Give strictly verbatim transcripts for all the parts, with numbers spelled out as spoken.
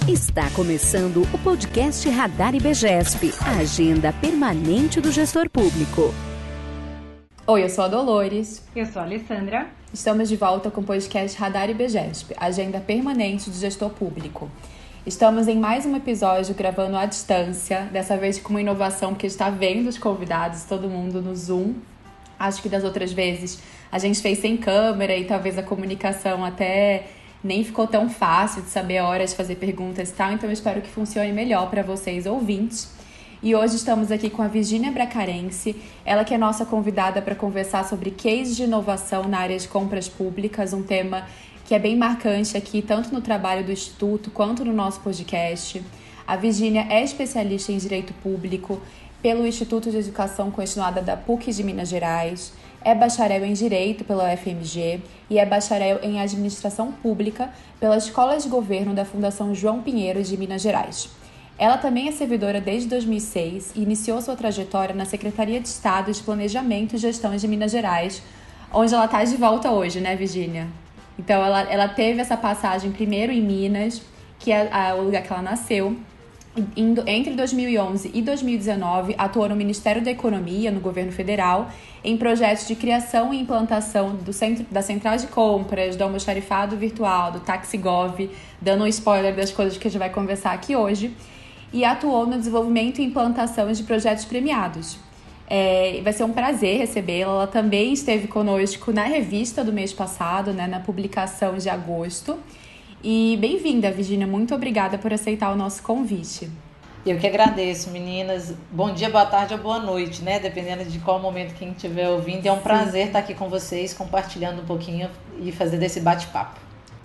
Está começando o podcast Radar IBGESP, a agenda permanente do gestor público. Oi, eu sou a Dolores. Eu sou a Alessandra. Estamos de volta com o podcast Radar IBGESP, agenda permanente do gestor público. Estamos em mais um episódio gravando à distância, dessa vez com uma inovação, porque está vendo os convidados, todo mundo no Zoom. Acho que das outras vezes a gente fez sem câmera e talvez a comunicação até nem ficou tão fácil de saber a hora de fazer perguntas e tal, então eu espero que funcione melhor para vocês ouvintes. E hoje estamos aqui com a Virgínia Bracarense, ela que é nossa convidada para conversar sobre cases de inovação na área de compras públicas, um tema que é bem marcante aqui, tanto no trabalho do Instituto quanto no nosso podcast. A Virgínia é especialista em Direito Público pelo Instituto de Educação Continuada da P U C de Minas Gerais, é bacharel em Direito pela U F M G e é bacharel em Administração Pública pela Escola de Governo da Fundação João Pinheiro de Minas Gerais. Ela também é servidora desde dois mil e seis e iniciou sua trajetória na Secretaria de Estado de Planejamento e Gestão de Minas Gerais, onde ela está de volta hoje, né, Virgínia? Então, ela, ela teve essa passagem primeiro em Minas, que é a, o lugar que ela nasceu. Indo, entre dois mil e onze e dois mil e dezenove, atuou no Ministério da Economia, no governo federal, em projetos de criação e implantação do centro, da Central de Compras, do almoxarifado virtual, do TaxiGov, dando um spoiler das coisas que a gente vai conversar aqui hoje, e atuou no desenvolvimento e implantação de projetos premiados. É, vai ser um prazer recebê-la. Ela também esteve conosco na revista do mês passado, né, na publicação de agosto. E bem-vinda, Virgínia. Muito obrigada por aceitar o nosso convite. Eu que agradeço, meninas. Bom dia, boa tarde ou boa noite, né? Dependendo de qual momento quem estiver ouvindo. É um Sim. prazer estar aqui com vocês, compartilhando um pouquinho e fazer desse bate-papo.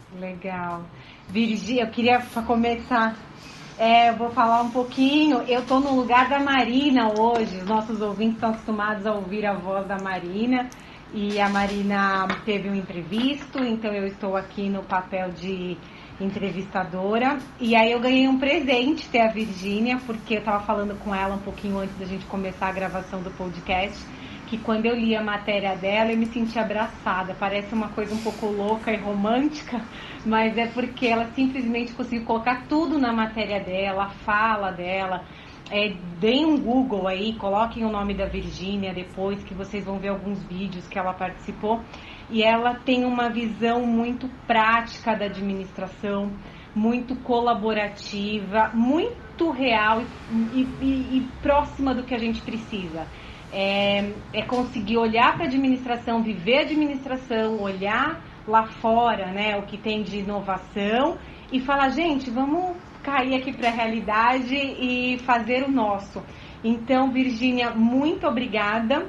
Legal. Virgínia, eu queria começar... É, eu vou falar um pouquinho. Eu estou no lugar da Marina hoje. Os nossos ouvintes estão acostumados a ouvir a voz da Marina. E a Marina teve um imprevisto, então eu estou aqui no papel de entrevistadora. E aí eu ganhei um presente ter a Virgínia, porque eu estava falando com ela um pouquinho antes da gente começar a gravação do podcast, que quando eu li a matéria dela eu me senti abraçada. Parece uma coisa um pouco louca e romântica, mas é porque ela simplesmente conseguiu colocar tudo na matéria dela, a fala dela. É, deem um Google aí, coloquem o nome da Virgínia depois, que vocês vão ver alguns vídeos que ela participou. E ela tem uma visão muito prática da administração, muito colaborativa, muito real e, e, e próxima do que a gente precisa. É, é conseguir olhar para a administração, viver a administração, olhar lá fora, né, o que tem de inovação e falar, gente, vamos cair aqui para a realidade e fazer o nosso. Então, Virgínia, muito obrigada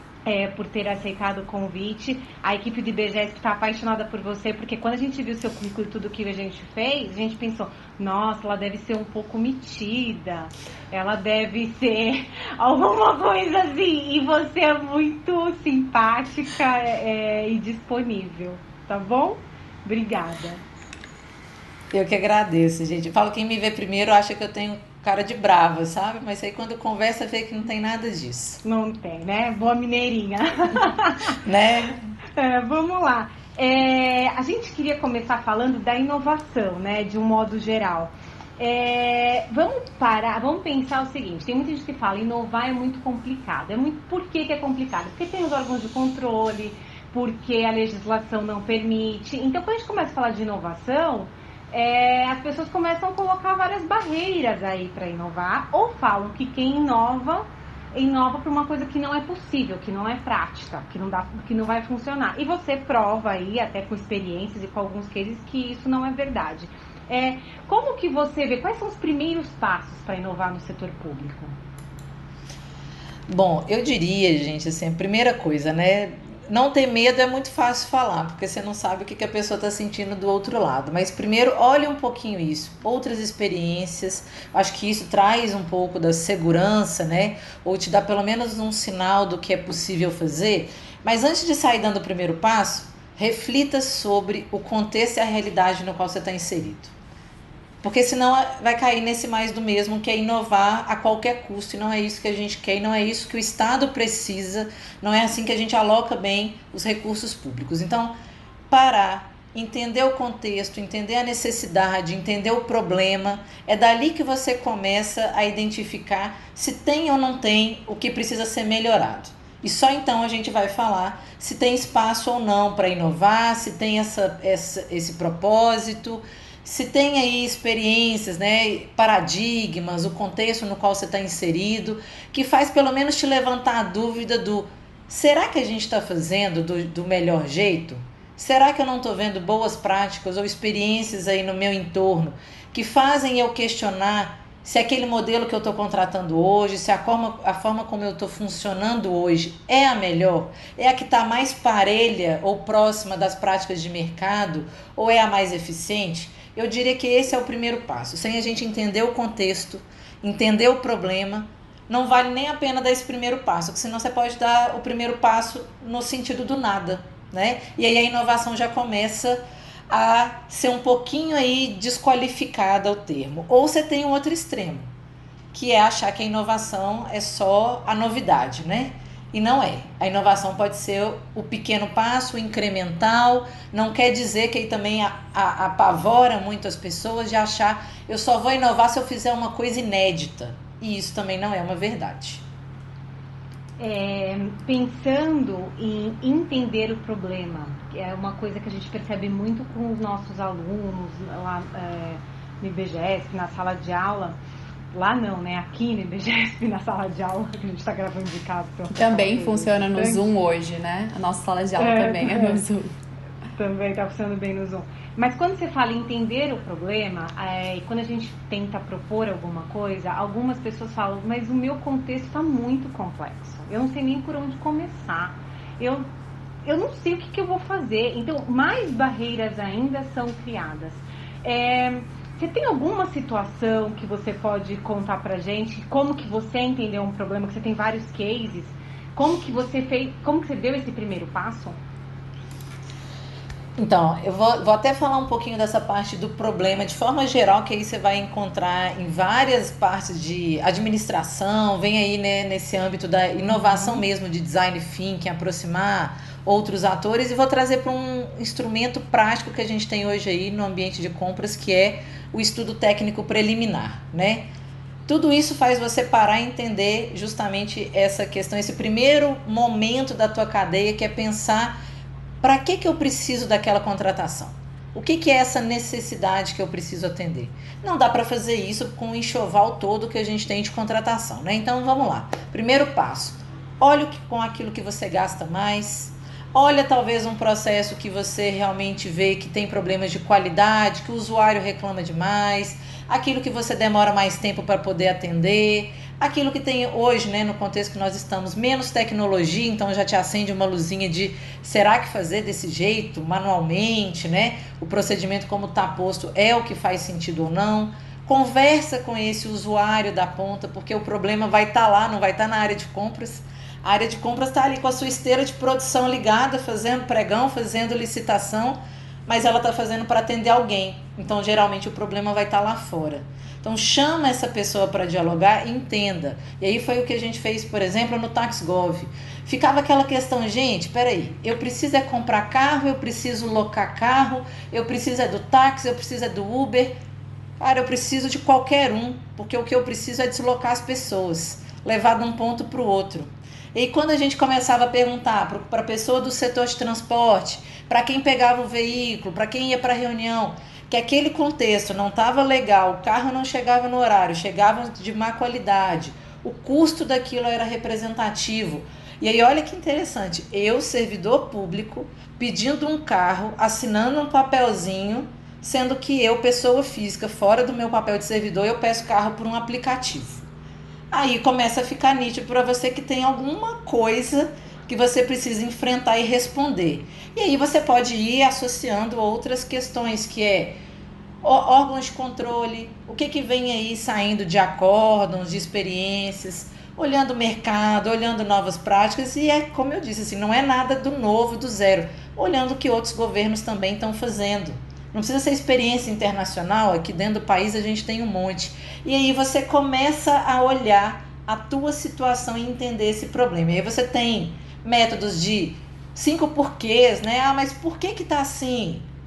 é, por ter aceitado o convite. A equipe do IBGESP está apaixonada por você, porque quando a gente viu o seu currículo e tudo que a gente fez, a gente pensou, nossa, ela deve ser um pouco metida, ela deve ser alguma coisa assim, e você é muito simpática é, e disponível, tá bom? Obrigada. Eu que agradeço, gente. Eu falo, quem me vê primeiro acha que eu tenho cara de brava, sabe? Mas aí quando conversa vê que não tem nada disso. Não tem, né? Boa mineirinha. Né? É, vamos lá. É, a gente queria começar falando da inovação, né? De um modo geral. É, vamos parar, vamos pensar o seguinte, tem muita gente que fala, inovar é muito complicado. É muito, por que que é complicado? Porque tem os órgãos de controle, porque a legislação não permite. Então, quando a gente começa a falar de inovação... É, as pessoas começam a colocar várias barreiras aí para inovar, ou falam que quem inova, inova por uma coisa que não é possível, que não é prática, que não dá, que não vai funcionar. E você prova aí, até com experiências e com alguns cases, que isso não é verdade. É, como que você vê, quais são os primeiros passos para inovar no setor público? Bom, eu diria, gente, assim, a primeira coisa, né? Não ter medo é muito fácil falar, porque você não sabe o que a pessoa está sentindo do outro lado. Mas primeiro, olhe um pouquinho isso, outras experiências. Acho que isso traz um pouco da segurança, né? Ou te dá pelo menos um sinal do que é possível fazer. Mas antes de sair dando o primeiro passo, reflita sobre o contexto e a realidade no qual você está inserido. Porque senão vai cair nesse mais do mesmo, que é inovar a qualquer custo, e não é isso que a gente quer, e não é isso que o Estado precisa, não é assim que a gente aloca bem os recursos públicos. Então, parar, entender o contexto, entender a necessidade, entender o problema. É dali que você começa a identificar se tem ou não tem o que precisa ser melhorado. E só então a gente vai falar se tem espaço ou não para inovar, se tem essa, essa, esse propósito, se tem aí experiências, né, paradigmas, o contexto no qual você está inserido, que faz pelo menos te levantar a dúvida do: será que a gente está fazendo do, do melhor jeito? Será que eu não estou vendo boas práticas ou experiências aí no meu entorno que fazem eu questionar se aquele modelo que eu estou contratando hoje, se a forma, a forma como eu estou funcionando hoje é a melhor, é a que está mais parelha ou próxima das práticas de mercado, ou é a mais eficiente? Eu diria que esse é o primeiro passo. Sem a gente entender o contexto, entender o problema, não vale nem a pena dar esse primeiro passo, porque senão você pode dar o primeiro passo no sentido do nada, né? E aí a inovação já começa a ser um pouquinho aí desqualificada o termo. Ou você tem um outro extremo, que é achar que a inovação é só a novidade, né? E não é. A inovação pode ser o pequeno passo, o incremental. Não quer dizer que aí também a, a, apavora muito as pessoas de achar: eu só vou inovar se eu fizer uma coisa inédita. E isso também não é uma verdade. É, pensando em entender o problema, que é uma coisa que a gente percebe muito com os nossos alunos lá é, no I B G E S P, na sala de aula. Lá não, né? Aqui no I B G E S P, na sala de aula, que a gente está gravando de casa. Também funciona no Zoom hoje, né? A nossa sala de aula é, também é no Zoom. Também está funcionando bem no Zoom. Mas quando você fala em entender o problema, é, quando a gente tenta propor alguma coisa, algumas pessoas falam: mas o meu contexto está muito complexo, eu não sei nem por onde começar, eu, eu não sei o que, que eu vou fazer. Então, mais barreiras ainda são criadas. É, você tem alguma situação que você pode contar pra gente? Como que você entendeu um problema, que você tem vários cases? Como que você fez, como que você deu esse primeiro passo? Então, eu vou, vou até falar um pouquinho dessa parte do problema, de forma geral, que aí você vai encontrar em várias partes de administração, vem aí, né, nesse âmbito da inovação uhum. mesmo, de design thinking, aproximar outros atores, e vou trazer para um instrumento prático que a gente tem hoje aí no ambiente de compras, que é o estudo técnico preliminar, né? Tudo isso faz você parar e entender justamente essa questão, esse primeiro momento da tua cadeia, que é pensar: para que que eu preciso daquela contratação? O que que é essa necessidade que eu preciso atender? Não dá para fazer isso com o enxoval todo que a gente tem de contratação, né? Então vamos lá. Primeiro passo: olha com aquilo que você gasta mais. Olha talvez um processo que você realmente vê que tem problemas de qualidade, que o usuário reclama demais, aquilo que você demora mais tempo para poder atender, aquilo que tem hoje, né, no contexto que nós estamos, menos tecnologia, então já te acende uma luzinha de: será que fazer desse jeito, manualmente, né? O procedimento como está posto é o que faz sentido ou não? Conversa com esse usuário da ponta, porque o problema vai estar tá lá, não vai estar tá na área de compras. A área de compras está ali com a sua esteira de produção ligada, fazendo pregão, fazendo licitação, mas ela está fazendo para atender alguém. Então, geralmente, o problema vai estar tá lá fora. Então, chama essa pessoa para dialogar e entenda. E aí foi o que a gente fez, por exemplo, no TaxGov. Ficava aquela questão: gente, peraí, eu preciso é comprar carro, eu preciso locar carro, eu preciso é do táxi, eu preciso é do Uber. Cara, eu preciso de qualquer um, porque o que eu preciso é deslocar as pessoas, levar de um ponto para o outro. E quando a gente começava a perguntar para a pessoa do setor de transporte, para quem pegava o veículo, para quem ia para a reunião, que aquele contexto não estava legal, o carro não chegava no horário, chegava de má qualidade, o custo daquilo era representativo. E aí olha que interessante, eu, servidor público, pedindo um carro, assinando um papelzinho, sendo que eu, pessoa física, fora do meu papel de servidor, eu peço carro por um aplicativo. Aí começa a ficar nítido para você que tem alguma coisa que você precisa enfrentar e responder. E aí você pode ir associando outras questões, que é órgãos de controle, o que, que vem aí saindo de acórdãos, de experiências, olhando o mercado, olhando novas práticas, e é como eu disse, assim, não é nada do novo, do zero, olhando o que outros governos também estão fazendo. Não precisa ser experiência internacional, aqui dentro do país a gente tem um monte. E aí você começa a olhar a tua situação e entender esse problema. E aí você tem métodos de cinco porquês, né? Ah, mas por que que tá assim?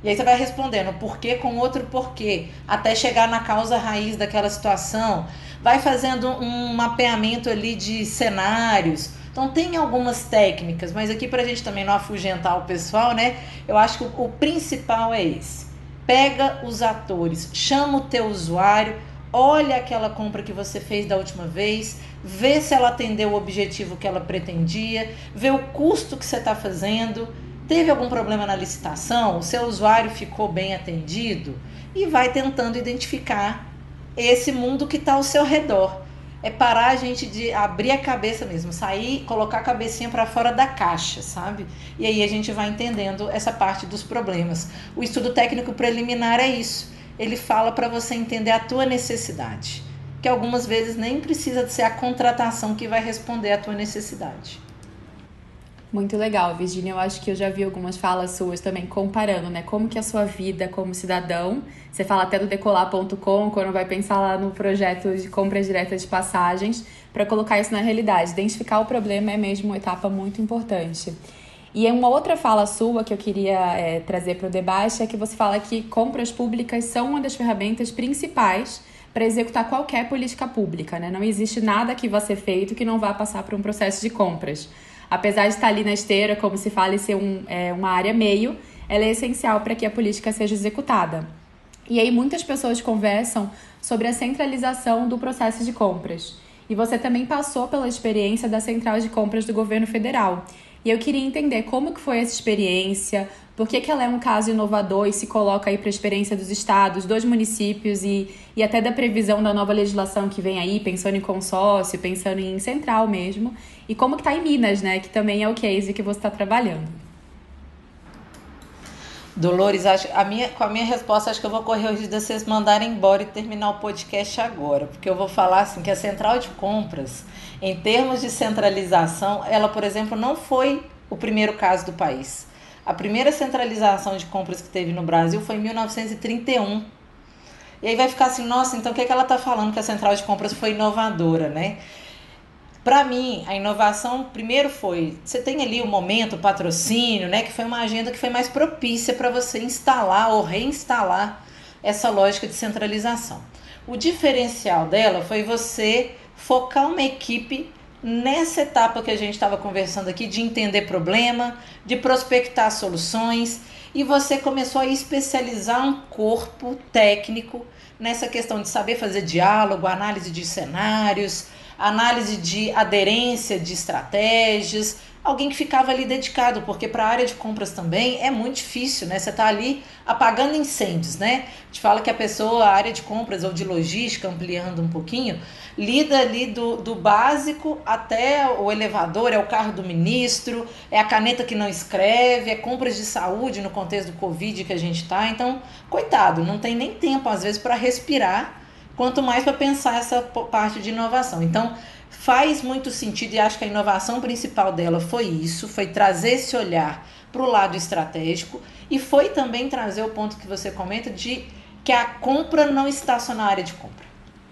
E aí você vai respondendo porquê com outro porquê, até chegar na causa raiz daquela situação. Vai fazendo um mapeamento ali de cenários. Então tem algumas técnicas, mas aqui pra gente também não afugentar o pessoal, né? Eu acho que o, o principal é esse. Pega os atores, chama o teu usuário, olha aquela compra que você fez da última vez, vê se ela atendeu o objetivo que ela pretendia, vê o custo que você está fazendo, teve algum problema na licitação, o seu usuário ficou bem atendido, e vai tentando identificar esse mundo que está ao seu redor. É parar a gente de abrir a cabeça mesmo, sair, colocar a cabecinha para fora da caixa, sabe? E aí a gente vai entendendo essa parte dos problemas. O estudo técnico preliminar é isso. Ele fala para você entender a tua necessidade, que algumas vezes nem precisa de ser a contratação que vai responder à tua necessidade. Muito legal, Virginia. Eu acho que eu já vi algumas falas suas também comparando, né? Como que a sua vida como cidadão, você fala até do decolar ponto com, quando vai pensar lá no projeto de compra direta de passagens, para colocar isso na realidade. Identificar o problema é mesmo uma etapa muito importante. E uma outra fala sua que eu queria é, trazer para o debate é que você fala que compras públicas são uma das ferramentas principais para executar qualquer política pública, né? Não existe nada que vá ser feito que não vá passar por um processo de compras. Apesar de estar ali na esteira, como se fala, e ser um, é, uma área meio, ela é essencial para que a política seja executada. E aí muitas pessoas conversam sobre a centralização do processo de compras. E você também passou pela experiência da Central de Compras do Governo Federal. E eu queria entender como que foi essa experiência, por que que ela é um caso inovador e se coloca aí para a experiência dos estados, dos municípios e, e até da previsão da nova legislação que vem aí, pensando em consórcio, pensando em central mesmo. E como que está em Minas, né, que também é o case que você está trabalhando. Dolores, acho, a minha, com a minha resposta, acho que eu vou correr o risco de vocês mandarem embora e terminar o podcast agora, porque eu vou falar assim, que a Central de Compras, em termos de centralização, ela, por exemplo, não foi o primeiro caso do país. A primeira centralização de compras que teve no Brasil foi em mil novecentos e trinta e um. E aí vai ficar assim, nossa, então o que é que ela está falando que a Central de Compras foi inovadora, né? Para mim, a inovação primeiro foi, você tem ali o momento, o patrocínio, né, que foi uma agenda que foi mais propícia para você instalar ou reinstalar essa lógica de centralização. O diferencial dela foi você focar uma equipe nessa etapa que a gente estava conversando aqui, de entender problema, de prospectar soluções, e você começou a especializar um corpo técnico nessa questão de saber fazer diálogo, análise de cenários, análise de aderência de estratégias, alguém que ficava ali dedicado, porque para a área de compras também é muito difícil, né? Você está ali apagando incêndios, né? A gente fala que a pessoa, a área de compras ou de logística, ampliando um pouquinho, lida ali do, do básico até o elevador, é o carro do ministro, é a caneta que não escreve, é compras de saúde no contexto do Covid que a gente está. Então, coitado, não tem nem tempo às vezes para respirar, quanto mais para pensar essa parte de inovação. Então, faz muito sentido, e acho que a inovação principal dela foi isso, foi trazer esse olhar para o lado estratégico, e foi também trazer o ponto que você comenta de que a compra não está só na área de compra.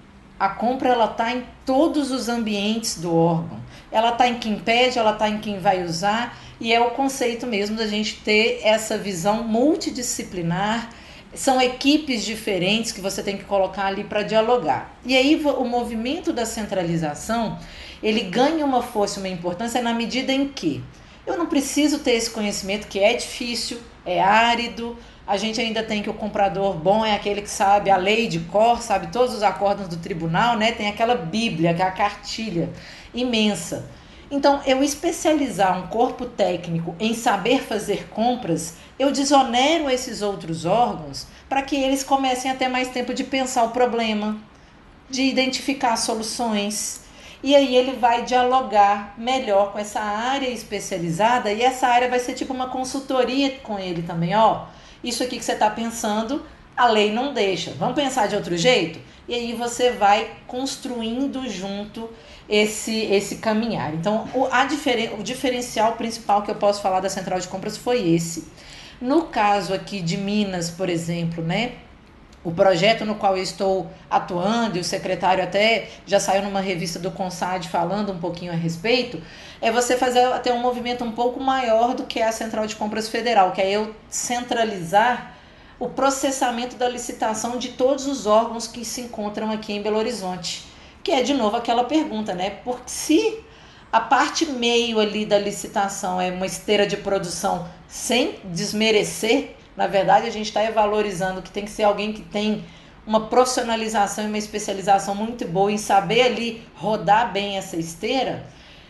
A compra ela está em todos os ambientes do órgão. Ela está em quem pede, ela está em quem vai usar, e é o conceito mesmo da gente ter essa visão multidisciplinar. São equipes diferentes que você tem que colocar ali para dialogar. E aí o movimento da centralização, ele ganha uma força, uma importância na medida em que eu não preciso ter esse conhecimento, que é difícil, é árido. A gente ainda tem que o comprador bom é aquele que sabe a lei de cor, sabe todos os acórdãos do tribunal, né? Tem aquela bíblia, aquela cartilha imensa. Então, eu especializar um corpo técnico em saber fazer compras, eu desonero esses outros órgãos para que eles comecem a ter mais tempo de pensar o problema, de identificar soluções. E aí ele vai dialogar melhor com essa área especializada, e essa área vai ser tipo uma consultoria com ele também, ó. Isso aqui que você está pensando, a lei não deixa. Vamos pensar de outro jeito? E aí você vai construindo junto esse, esse caminhar. Então, o, a diferen, o diferencial principal que eu posso falar da Central de Compras foi esse. No caso aqui de Minas, por exemplo, né? O projeto no qual eu estou atuando, e o secretário até já saiu numa revista do Consad falando um pouquinho a respeito, é você fazer até um movimento um pouco maior do que a Central de Compras Federal, que é eu centralizar o processamento da licitação de todos os órgãos que se encontram aqui em Belo Horizonte. Que é, de novo, aquela pergunta, né? Porque se a parte meio ali da licitação é uma esteira de produção sem desmerecer, na verdade a gente está valorizando que tem que ser alguém que tem uma profissionalização e uma especialização muito boa em saber ali rodar bem essa esteira,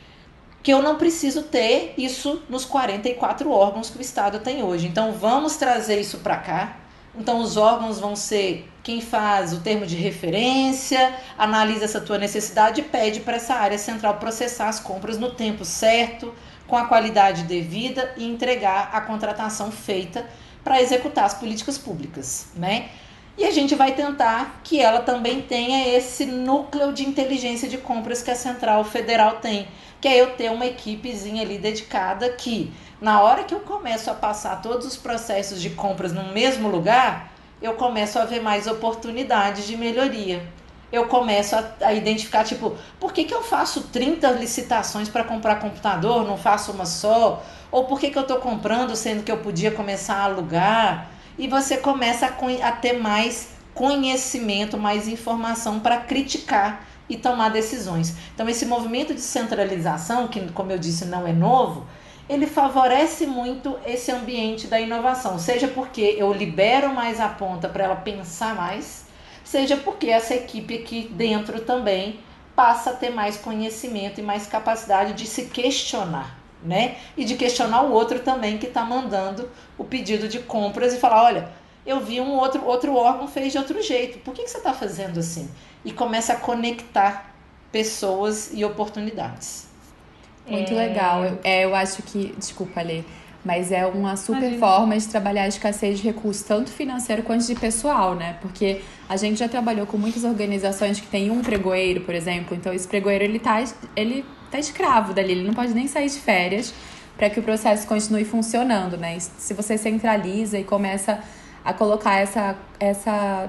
que eu não preciso ter isso nos quarenta e quatro órgãos que o Estado tem hoje. Então vamos trazer isso para cá. Então os órgãos vão ser quem faz o termo de referência, analisa essa tua necessidade e pede para essa área central processar as compras no tempo certo, com a qualidade devida e entregar a contratação feita para executar as políticas públicas, né? E a gente vai tentar que ela também tenha esse núcleo de inteligência de compras que a Central Federal tem, que é eu ter uma equipezinha ali dedicada que, na hora que eu começo a passar todos os processos de compras no mesmo lugar, eu começo a ver mais oportunidades de melhoria. Eu começo a, a identificar, tipo, por que que eu faço trinta licitações para comprar computador, não faço uma só? Ou por que que eu estou comprando, sendo que eu podia começar a alugar? E você começa a, a ter mais conhecimento, mais informação para criticar e tomar decisões. Então, esse movimento de centralização, que, como eu disse, não é novo, ele favorece muito esse ambiente da inovação, seja porque eu libero mais a ponta para ela pensar mais, seja porque essa equipe aqui dentro também passa a ter mais conhecimento e mais capacidade de se questionar, né? E de questionar o outro também que está mandando o pedido de compras e falar, olha, eu vi um outro, outro órgão fez de outro jeito, por que que você está fazendo assim? E começa a conectar pessoas e oportunidades. Muito É... legal. Eu, é, eu acho que, desculpa, Lê, mas é uma super Imagina. forma de trabalhar a escassez de recursos, tanto financeiro quanto de pessoal, né? Porque a gente já trabalhou com muitas organizações que tem um pregoeiro, por exemplo, então esse pregoeiro, ele tá, ele tá escravo dali, ele não pode nem sair de férias para que o processo continue funcionando, né? E se você centraliza e começa a colocar essa, essa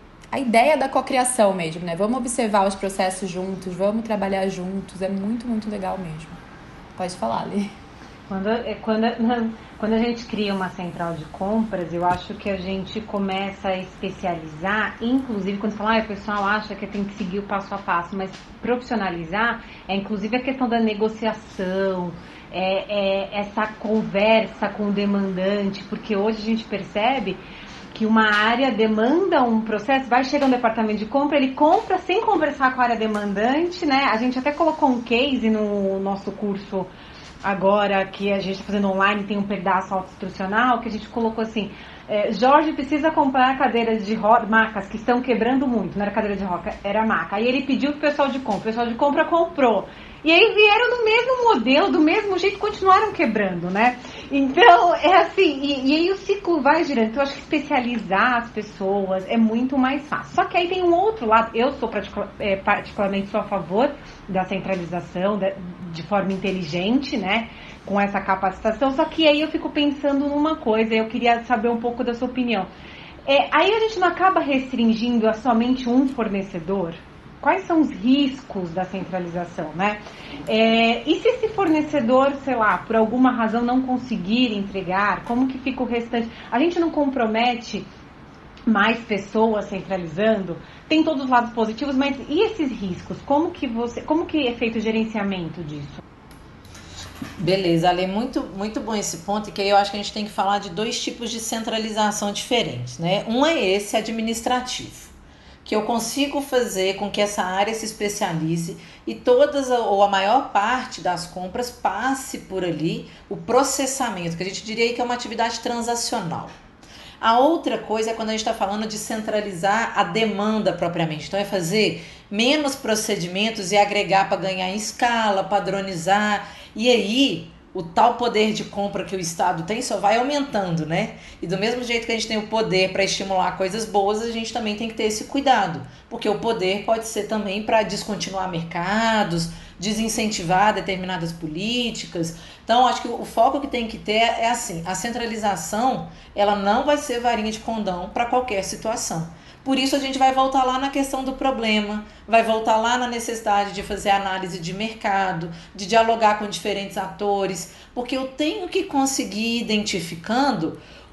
a ideia da cocriação mesmo, né? Vamos observar os processos juntos, vamos trabalhar juntos, é muito, muito legal mesmo. Pode falar, Lê. Quando, quando, quando a gente cria uma central de compras, eu acho que a gente começa a especializar, inclusive quando fala, ah, o pessoal acha que tem que seguir o passo a passo, mas profissionalizar é inclusive a questão da negociação, é, é essa conversa com o demandante, porque hoje a gente percebe que uma área demanda um processo, vai chegar no departamento de compra, ele compra sem conversar com a área demandante, né? A gente até colocou um case no nosso curso agora, que a gente está fazendo online, tem um pedaço autoinstrucional, que a gente colocou assim, é, Jorge precisa comprar cadeiras de roda, macas que estão quebrando muito, não era cadeira de roca, era maca. Aí ele pediu pro pessoal de compra, o pessoal de compra comprou. E aí vieram no mesmo modelo, do mesmo jeito, continuaram quebrando, né? Então, é assim, e, e aí o ciclo vai girando. Então, eu acho que especializar as pessoas é muito mais fácil. Só que aí tem um outro lado, eu sou particular, é, particularmente sou a favor da centralização da, de forma inteligente, né? Com essa capacitação, só que aí eu fico pensando numa coisa, eu queria saber um pouco da sua opinião. É, aí a gente não acaba restringindo a somente um fornecedor? Quais são os riscos da centralização, né? É, e se esse fornecedor, sei lá, por alguma razão não conseguir entregar, como que fica o restante? A gente não compromete mais pessoas centralizando? Tem todos os lados positivos, mas e esses riscos? Como que você, como que é feito o gerenciamento disso? Beleza, Ale, muito, muito bom esse ponto, e que aí eu acho que a gente tem que falar de dois tipos de centralização diferentes, né? Um é esse administrativo, que eu consigo fazer com que essa área se especialize e todas, ou a maior parte das compras passe por ali o processamento, que a gente diria que é uma atividade transacional. A outra coisa é quando a gente está falando de centralizar a demanda propriamente. Então é fazer menos procedimentos e agregar para ganhar em escala, padronizar. E aí o tal poder de compra que o Estado tem só vai aumentando, né? E do mesmo jeito que a gente tem o poder para estimular coisas boas, a gente também tem que ter esse cuidado. Porque o poder pode ser também para descontinuar mercados, desincentivar determinadas políticas. Então, acho que o foco que tem que ter é assim, a centralização, ela não vai ser varinha de condão para qualquer situação. Por isso a gente vai voltar lá na questão do problema, vai voltar lá na necessidade de fazer análise de mercado, de dialogar com diferentes atores, porque eu tenho que conseguir ir identificando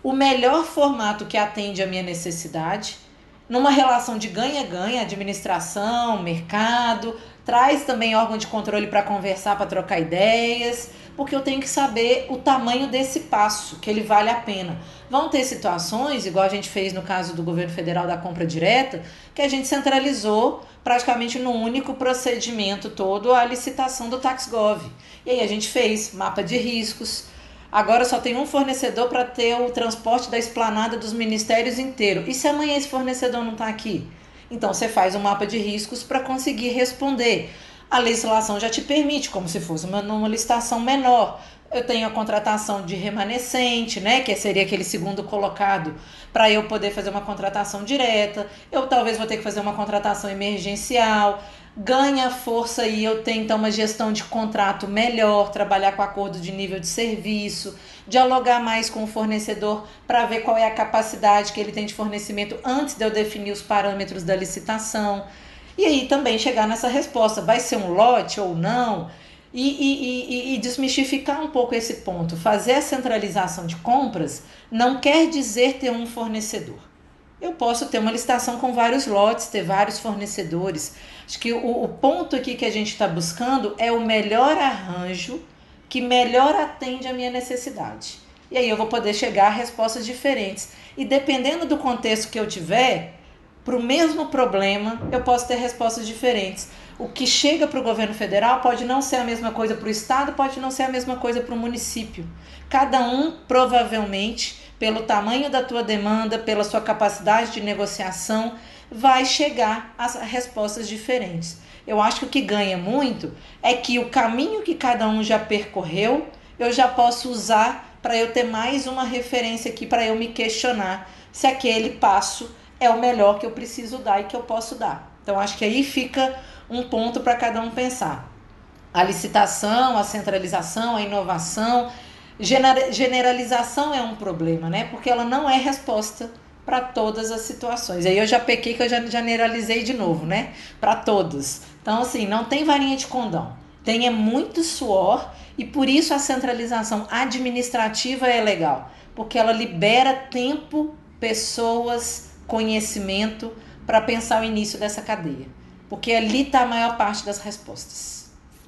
o melhor formato que atende a minha necessidade, numa relação de ganha-ganha, administração, mercado, traz também órgão de controle para conversar, para trocar ideias, porque eu tenho que saber o tamanho desse passo, que ele vale a pena. Vão ter situações, igual a gente fez no caso do governo federal da compra direta, que a gente centralizou praticamente num único procedimento todo a licitação do TaxGov. E aí a gente fez mapa de riscos. Agora só tem um fornecedor para ter o transporte da esplanada dos ministérios inteiro. E se amanhã esse fornecedor não está aqui? Então você faz um mapa de riscos para conseguir responder. A legislação já te permite, como se fosse uma, uma licitação menor. Eu tenho a contratação de remanescente, né, que seria aquele segundo colocado, para eu poder fazer uma contratação direta. Eu talvez vou ter que fazer uma contratação emergencial. Ganha força e eu tenho então uma gestão de contrato melhor, trabalhar com acordo de nível de serviço, dialogar mais com o fornecedor para ver qual é a capacidade que ele tem de fornecimento antes de eu definir os parâmetros da licitação. E aí também chegar nessa resposta, vai ser um lote ou não? E, e, e, e desmistificar um pouco esse ponto. Fazer a centralização de compras não quer dizer ter um fornecedor. Eu posso ter uma licitação com vários lotes, ter vários fornecedores. Acho que o, o ponto aqui que a gente está buscando é o melhor arranjo que melhor atende a minha necessidade. E aí eu vou poder chegar a respostas diferentes. E dependendo do contexto que eu tiver, para o mesmo problema, eu posso ter respostas diferentes. O que chega para o governo federal pode não ser a mesma coisa para o estado, pode não ser a mesma coisa para o município. Cada um, provavelmente, pelo tamanho da tua demanda, pela sua capacidade de negociação, vai chegar a respostas diferentes. Eu acho que o que ganha muito é que o caminho que cada um já percorreu, eu já posso usar para eu ter mais uma referência aqui, para eu me questionar se aquele passo é o melhor que eu preciso dar e que eu posso dar. Então, acho que aí fica um ponto para cada um pensar. A licitação, a centralização, a inovação, generalização é um problema, né? Porque ela não é resposta para todas as situações. Aí eu já pequei que eu já generalizei de novo, né? Para todas. Então, assim, não tem varinha de condão. Tem é muito suor e por isso a centralização administrativa é legal. Porque ela libera tempo, pessoas, conhecimento para pensar o início dessa cadeia. Porque ali está a maior parte das respostas.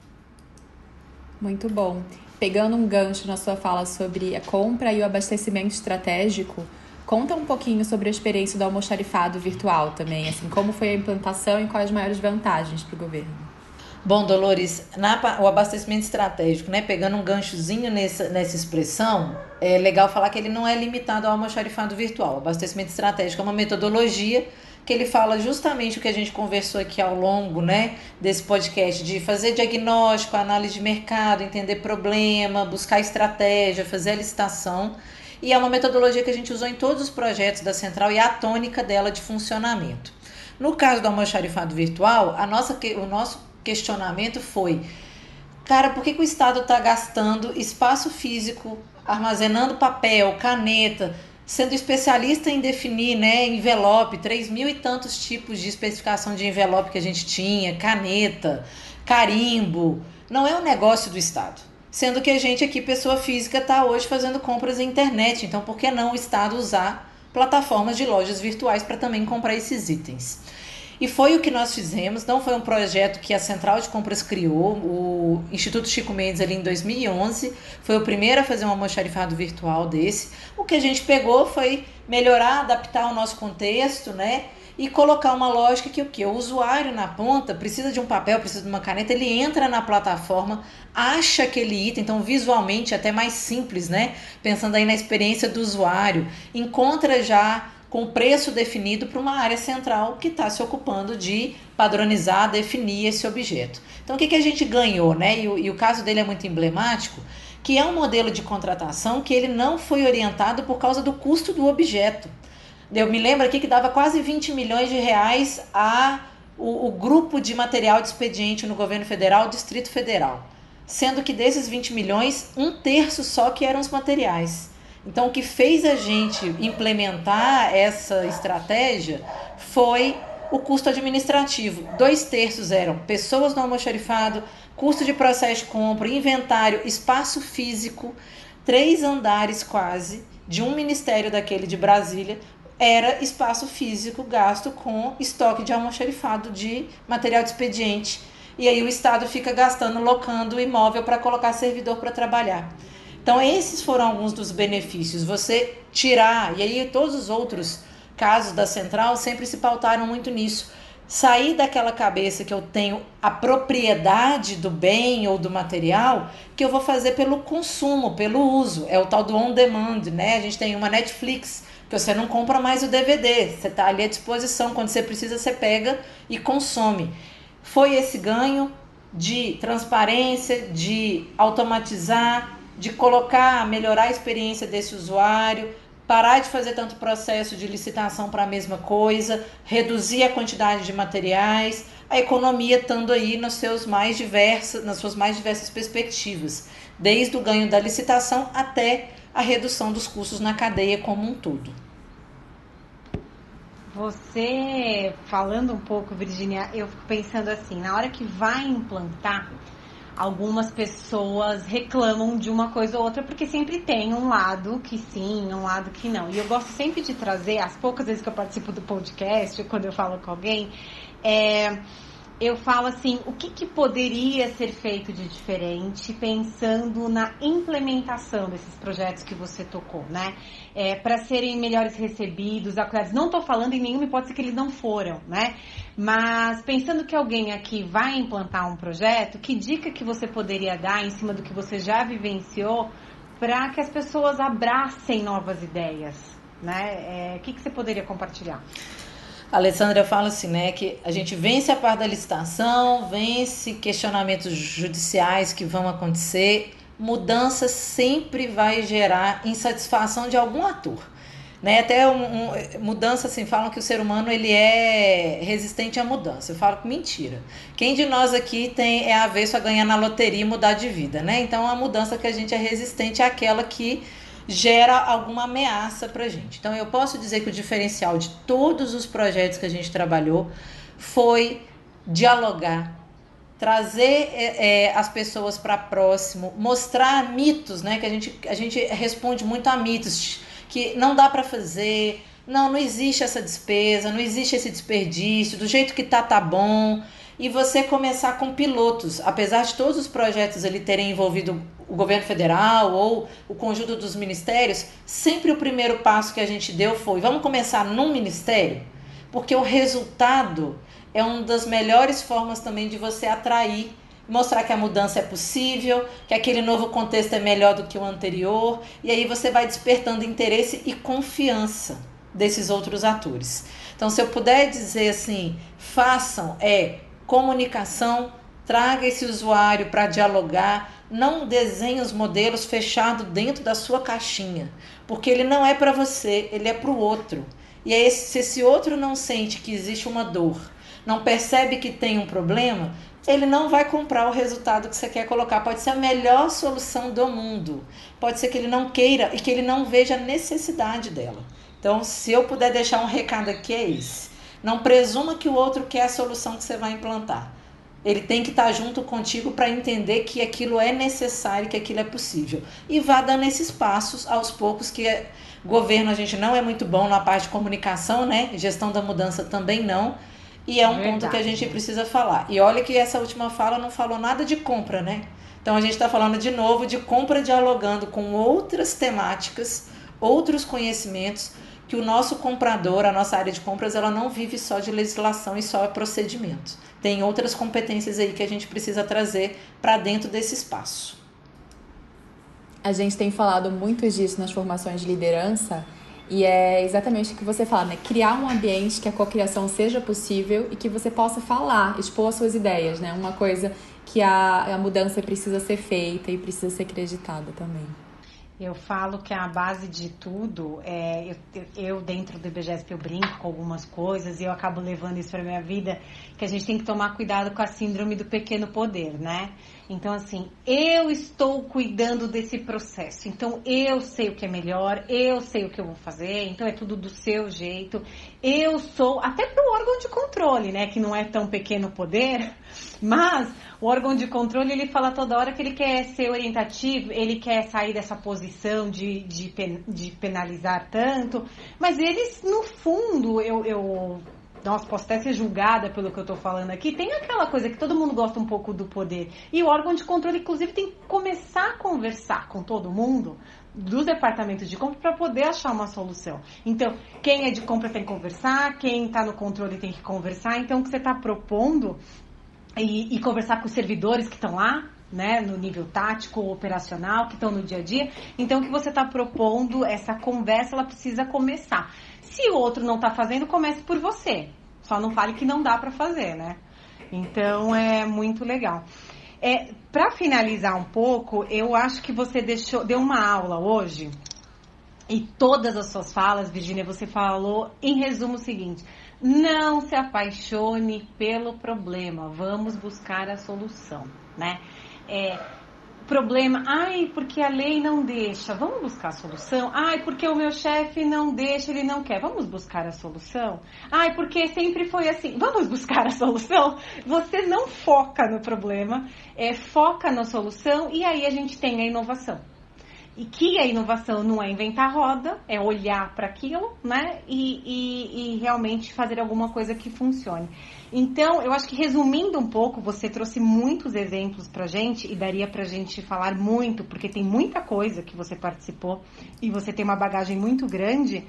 Muito bom. Pegando um gancho na sua fala sobre a compra e o abastecimento estratégico, conta um pouquinho sobre a experiência do almoxarifado virtual também, assim, como foi a implantação e quais as maiores vantagens para o governo. Bom, Dolores, na, o abastecimento estratégico, né, pegando um ganchozinho nessa, nessa expressão, é legal falar que ele não é limitado ao almoxarifado virtual. O abastecimento estratégico é uma metodologia que ele fala justamente o que a gente conversou aqui ao longo, né, desse podcast, de fazer diagnóstico, análise de mercado, entender problema, buscar estratégia, fazer a licitação. E é uma metodologia que a gente usou em todos os projetos da Central e a tônica dela de funcionamento. No caso do almoxarifado virtual, a nossa, o nosso questionamento foi, cara, por que, que o Estado está gastando espaço físico, armazenando papel, caneta, sendo especialista em definir, né, envelope, três mil e tantos tipos de especificação de envelope que a gente tinha, caneta, carimbo, não é um negócio do Estado. Sendo que a gente aqui, pessoa física, está hoje fazendo compras na internet, então por que não o Estado usar plataformas de lojas virtuais para também comprar esses itens? E foi o que nós fizemos, não foi um projeto que a Central de Compras criou, o Instituto Chico Mendes ali em dois mil e onze, foi o primeiro a fazer um almoxarifado virtual desse. O que a gente pegou foi melhorar, adaptar o nosso contexto, né? E colocar uma lógica que o que? O usuário na ponta precisa de um papel, precisa de uma caneta, ele entra na plataforma, acha aquele item, então visualmente até mais simples, né? Pensando aí na experiência do usuário, encontra já com o preço definido para uma área central que está se ocupando de padronizar, definir esse objeto. Então, o que, que a gente ganhou, né? E o, e o caso dele é muito emblemático, que é um modelo de contratação que ele não foi orientado por causa do custo do objeto. Eu me lembro aqui que dava quase vinte milhões de reais a o, o grupo de material de expediente no governo federal, Distrito Federal. Sendo que desses vinte milhões, um terço só que eram os materiais. Então, o que fez a gente implementar essa estratégia foi o custo administrativo. Dois terços eram pessoas no almoxarifado, custo de processo de compra, inventário, espaço físico, três andares quase, de um ministério daquele de Brasília era espaço físico gasto com estoque de almoxarifado de material de expediente. E aí o Estado fica gastando, locando o imóvel para colocar servidor para trabalhar. Então esses foram alguns dos benefícios. Você tirar, e aí todos os outros casos da Central sempre se pautaram muito nisso. Sair daquela cabeça que eu tenho a propriedade do bem ou do material, que eu vou fazer pelo consumo, pelo uso. É o tal do on demand, né? A gente tem uma Netflix, que você não compra mais o D V D, você está ali à disposição, quando você precisa você pega e consome. Foi esse ganho de transparência, de automatizar, de colocar, melhorar a experiência desse usuário, parar de fazer tanto processo de licitação para a mesma coisa, reduzir a quantidade de materiais, a economia estando aí nos seus mais diversas, nas suas mais diversas perspectivas, desde o ganho da licitação até a redução dos custos na cadeia como um todo. Você, falando um pouco, Virginia, eu fico pensando assim, na hora que vai implantar, algumas pessoas reclamam de uma coisa ou outra, porque sempre tem um lado que sim, um lado que não. E eu gosto sempre de trazer, as poucas vezes que eu participo do podcast, quando eu falo com alguém, é, eu falo assim, o que, que poderia ser feito de diferente, pensando na implementação desses projetos que você tocou, né? É, para serem melhores recebidos, acolhidos. Não estou falando em nenhuma hipótese que eles não foram, né? Mas pensando que alguém aqui vai implantar um projeto, que dica que você poderia dar em cima do que você já vivenciou para que as pessoas abracem novas ideias, né? É, o que, que você poderia compartilhar? A Alessandra fala assim, né, que a gente vence a parte da licitação, vence questionamentos judiciais que vão acontecer, mudança sempre vai gerar insatisfação de algum ator, né? Até um, um, mudança, assim, falam que o ser humano ele é resistente à mudança. Eu falo que mentira. Quem de nós aqui tem é avesso a ganhar na loteria e mudar de vida, né? Então a mudança que a gente é resistente é aquela que gera alguma ameaça pra gente. Então eu posso dizer que o diferencial de todos os projetos que a gente trabalhou foi dialogar, trazer é, é, as pessoas para próximo, mostrar mitos, né? Que a gente, a gente responde muito a mitos, que não dá para fazer, não, não existe essa despesa, não existe esse desperdício, do jeito que tá, tá bom. E você começar com pilotos, apesar de todos os projetos ali terem envolvido o governo federal ou o conjunto dos ministérios, sempre o primeiro passo que a gente deu foi, vamos começar num ministério? Porque o resultado é uma das melhores formas também de você atrair, mostrar que a mudança é possível, que aquele novo contexto é melhor do que o anterior, e aí você vai despertando interesse e confiança desses outros atores. Então, se eu puder dizer assim, façam, é comunicação, traga esse usuário para dialogar, não desenhe os modelos fechados dentro da sua caixinha, porque ele não é para você, ele é para o outro. E aí, se esse outro não sente que existe uma dor, não percebe que tem um problema, ele não vai comprar o resultado que você quer colocar. Pode ser a melhor solução do mundo, pode ser que ele não queira e que ele não veja a necessidade dela. Então, se eu puder deixar um recado aqui, é esse. Não presuma que o outro quer a solução que você vai implantar. Ele tem que estar junto contigo para entender que aquilo é necessário, que aquilo é possível. E vá dando esses passos aos poucos, que é, governo a gente não é muito bom na parte de comunicação, né? Gestão da mudança também não. E é um Verdade. Ponto que a gente precisa falar. E olha que essa última fala não falou nada de compra, né? Então a gente está falando de novo de compra dialogando com outras temáticas, outros conhecimentos, que o nosso comprador, a nossa área de compras, ela não vive só de legislação e só procedimentos. Tem outras competências aí que a gente precisa trazer para dentro desse espaço. A gente tem falado muito disso nas formações de liderança e é exatamente o que você fala, né? Criar um ambiente que a cocriação seja possível e que você possa falar, expor as suas ideias, né? Uma coisa que a, a mudança precisa ser feita e precisa ser acreditada também. Eu falo que a base de tudo, é, eu, eu dentro do I B G E S P eu brinco com algumas coisas e eu acabo levando isso para minha vida, que a gente tem que tomar cuidado com a síndrome do pequeno poder, né? Então, assim, eu estou cuidando desse processo, então eu sei o que é melhor, eu sei o que eu vou fazer, então é tudo do seu jeito. Eu sou, até para o órgão de controle, né, que não é tão pequeno poder, mas o órgão de controle, ele fala toda hora que ele quer ser orientativo, ele quer sair dessa posição posição de, de, pen, de penalizar tanto, mas eles, no fundo, eu, eu nossa, posso até ser julgada pelo que eu estou falando aqui, tem aquela coisa que todo mundo gosta um pouco do poder, e o órgão de controle, inclusive, tem que começar a conversar com todo mundo dos departamentos de compra para poder achar uma solução. Então, quem é de compra tem que conversar, quem está no controle tem que conversar. Então, o que você está propondo e, e conversar com os servidores que estão lá, né, no nível tático, operacional, que estão no dia a dia. Então, o que você está propondo, essa conversa, ela precisa começar. Se o outro não está fazendo, comece por você. Só não fale que não dá para fazer, né? Então, é muito legal. É, para finalizar um pouco, eu acho que você deixou, deu uma aula hoje e todas as suas falas, Virgínia, você falou em resumo o seguinte: não se apaixone pelo problema, vamos buscar a solução, né? É, problema, ai, porque a lei não deixa, vamos buscar a solução. Ai, porque o meu chefe não deixa, ele não quer, vamos buscar a solução. Ai, porque sempre foi assim, vamos buscar a solução. Você não foca no problema, é, foca na solução, e aí a gente tem a inovação. E que a inovação não é inventar roda, é olhar para aquilo, né? E, e, e realmente fazer alguma coisa que funcione. Então, eu acho que resumindo um pouco, você trouxe muitos exemplos pra gente, e daria pra gente falar muito, porque tem muita coisa que você participou e você tem uma bagagem muito grande,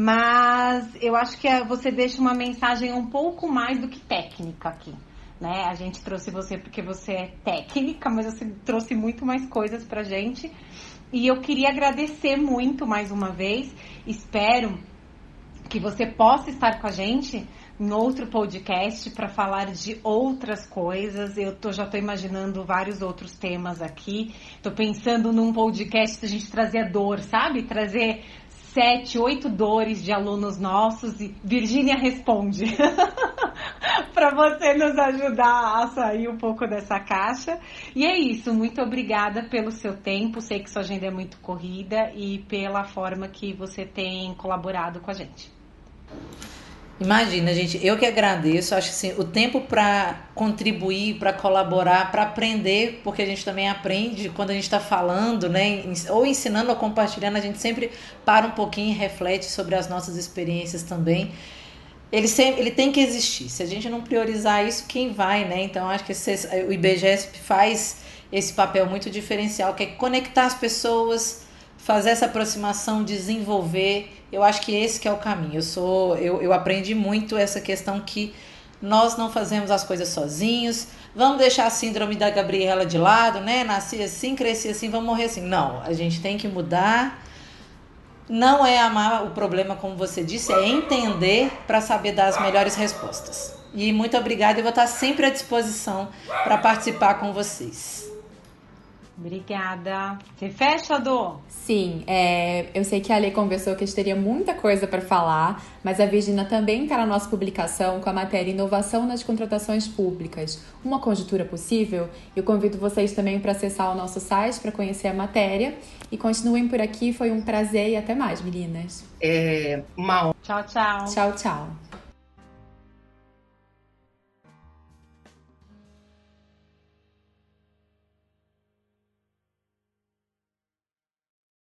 mas eu acho que você deixa uma mensagem um pouco mais do que técnica aqui. Né? A gente trouxe você porque você é técnica, mas você trouxe muito mais coisas pra gente. E eu queria agradecer muito mais uma vez. Espero que você possa estar com a gente em outro podcast para falar de outras coisas. Eu tô, já estou imaginando vários outros temas aqui. Estou pensando num podcast da gente trazer a dor, sabe? Trazer sete, oito dores de alunos nossos e Virgínia responde. Para você nos ajudar a sair um pouco dessa caixa. E é isso, muito obrigada pelo seu tempo, sei que sua agenda é muito corrida e pela forma que você tem colaborado com a gente. Imagina, gente, eu que agradeço, acho que assim, o tempo para contribuir, para colaborar, para aprender, porque a gente também aprende quando a gente está falando, né, ou ensinando ou compartilhando, a gente sempre para um pouquinho e reflete sobre as nossas experiências também. Ele, sempre, ele tem que existir. Se a gente não priorizar isso, quem vai, né? Então, acho que esse, o I B G E S P faz esse papel muito diferencial, que é conectar as pessoas, fazer essa aproximação, desenvolver. Eu acho que esse que é o caminho. Eu, sou, eu, eu aprendi muito essa questão que nós não fazemos as coisas sozinhos. Vamos deixar a síndrome da Gabriela de lado, né? Nasci assim, cresci assim, vamos morrer assim. Não, a gente tem que mudar. Não é amar o problema, como você disse, é entender para saber dar as melhores respostas. E muito obrigada, eu vou estar sempre à disposição para participar com vocês. Obrigada. Você fecha, Dô? Sim, é, eu sei que a Lê conversou que a gente teria muita coisa para falar, mas a Virgínia também está na nossa publicação com a matéria Inovação nas Contratações Públicas, uma conjuntura possível. Eu convido vocês também para acessar o nosso site para conhecer a matéria. E continuem por aqui, foi um prazer e até mais, meninas. É uma honra. Tchau, tchau. Tchau, tchau.